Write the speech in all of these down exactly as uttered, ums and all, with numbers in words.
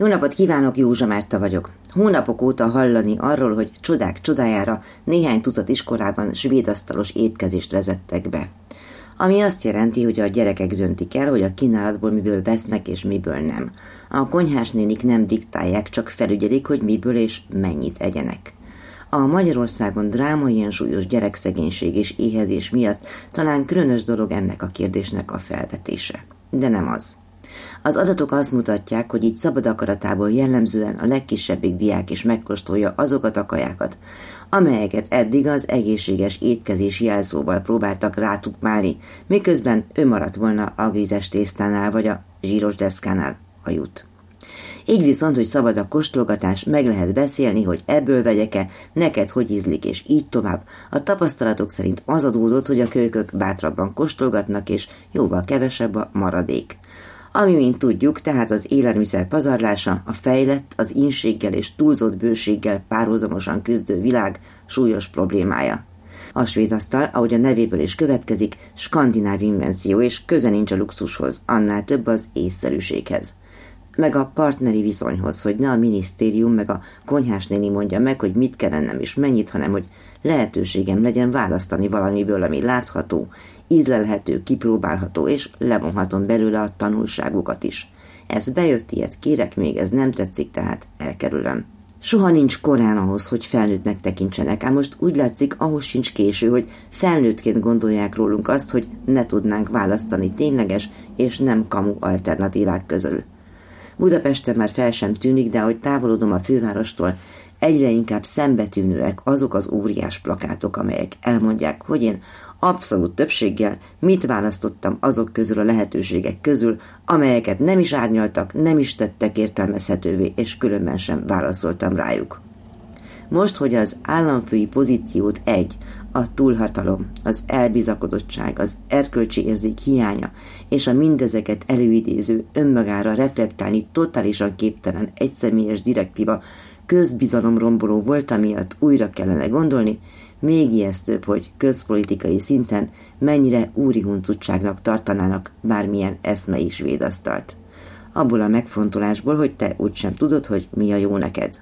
Jó napot kívánok, Józsa Márta vagyok. Hónapok óta hallani arról, hogy csodák csodájára néhány tucat iskolában svédasztalos étkezést vezettek be. Ami azt jelenti, hogy a gyerekek döntik el, hogy a kínálatból miből vesznek és miből nem. A konyhásnénik nem diktálják, csak felügyelik, hogy miből és mennyit egyenek. A Magyarországon drámaian súlyos gyerekszegénység és éhezés miatt talán különös dolog ennek a kérdésnek a felvetése. De nem az. Az adatok azt mutatják, hogy így szabad akaratából jellemzően a legkisebbik diák is megkóstolja azokat a kajákat, amelyeket eddig az egészséges étkezés jelszóval próbáltak rátukmálni, miközben ő maradt volna a grízes tésztánál vagy a zsíros deszkánál, a jut. Így viszont, hogy szabad a kóstolgatás, meg lehet beszélni, hogy ebből vegyek-e, neked hogy ízlik, és így tovább. A tapasztalatok szerint az adódott, hogy a kölykök bátrabban kóstolgatnak, és jóval kevesebb a maradék. Ami, mint tudjuk, tehát az élelmiszer pazarlása, a fejlett, az ínséggel és túlzott bőséggel párhuzamosan küzdő világ súlyos problémája. A svéd asztal, ahogy a nevéből is következik, skandináv invenció, és köze nincs a luxushoz, annál több az észszerűséghez. Meg a partneri viszonyhoz, hogy ne a minisztérium meg a konyhásnéni mondja meg, hogy mit kell ennem és mennyit, hanem hogy lehetőségem legyen választani valamiből, ami látható, ízlelhető, kipróbálható, és levonhatom belőle a tanulságokat is. Ez bejött, ilyet kérek, még ez nem tetszik, tehát elkerülöm. Soha nincs korán ahhoz, hogy felnőttnek tekintsenek, ám most úgy látszik, ahhoz sincs késő, hogy felnőttként gondolják rólunk azt, hogy ne tudnánk választani tényleges és nem kamu alternatívák közül. Budapesten már fel sem tűnik, de ahogy távolodom a fővárostól, egyre inkább szembetűnőek azok az óriás plakátok, amelyek elmondják, hogy én abszolút többséggel mit választottam azok közül a lehetőségek közül, amelyeket nem is árnyaltak, nem is tettek értelmezhetővé, és különben sem válaszoltam rájuk. Most, hogy az államfői pozíciót egy, a túlhatalom, az elbizakodottság, az erkölcsi érzék hiánya és a mindezeket előidéző, önmagára reflektálni totálisan képtelen egyszemélyes direktíva közbizalomromboló volt, amiatt újra kellene gondolni, még ijesztőbb, hogy közpolitikai szinten mennyire úri huncutságnak tartanának bármilyen eszmei svédasztalt. Abból a megfontolásból, hogy te úgysem tudod, hogy mi a jó neked.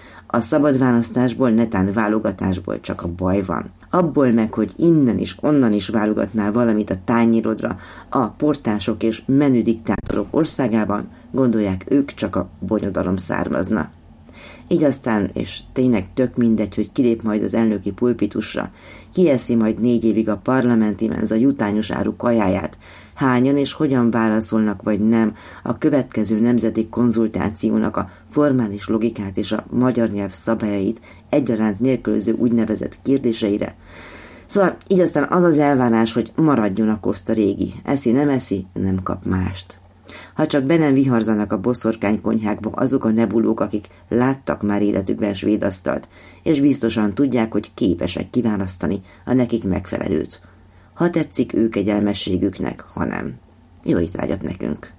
A szabad választásból, netán válogatásból csak a baj van. Abból meg, hogy innen is, onnan is válogatnál valamit a tányérodra, a portások és menüdiktátorok országában, gondolják, ők csak a bonyodalom származna. Így aztán, és tényleg tök mindegy, hogy kilép majd az elnöki pulpitusra, kieszi majd négy évig a parlamenti menza jutányos áru kajáját, hányan és hogyan válaszolnak vagy nem a következő nemzeti konzultációnak a formális logikát és a magyar nyelv szabályait egyaránt nélkülöző úgynevezett kérdéseire. Szóval így aztán az az elvárás, hogy maradjon a koszta régi, eszi nem eszi, nem kap mást. Ha csak be nem viharzanak a boszorkánykonyhákba azok a nebulók, akik láttak már életükben svédasztalt, és biztosan tudják, hogy képesek kiválasztani a nekik megfelelőt. Ha tetszik ők kegyelmességüknek, ha nem. Jó étvágyat nekünk!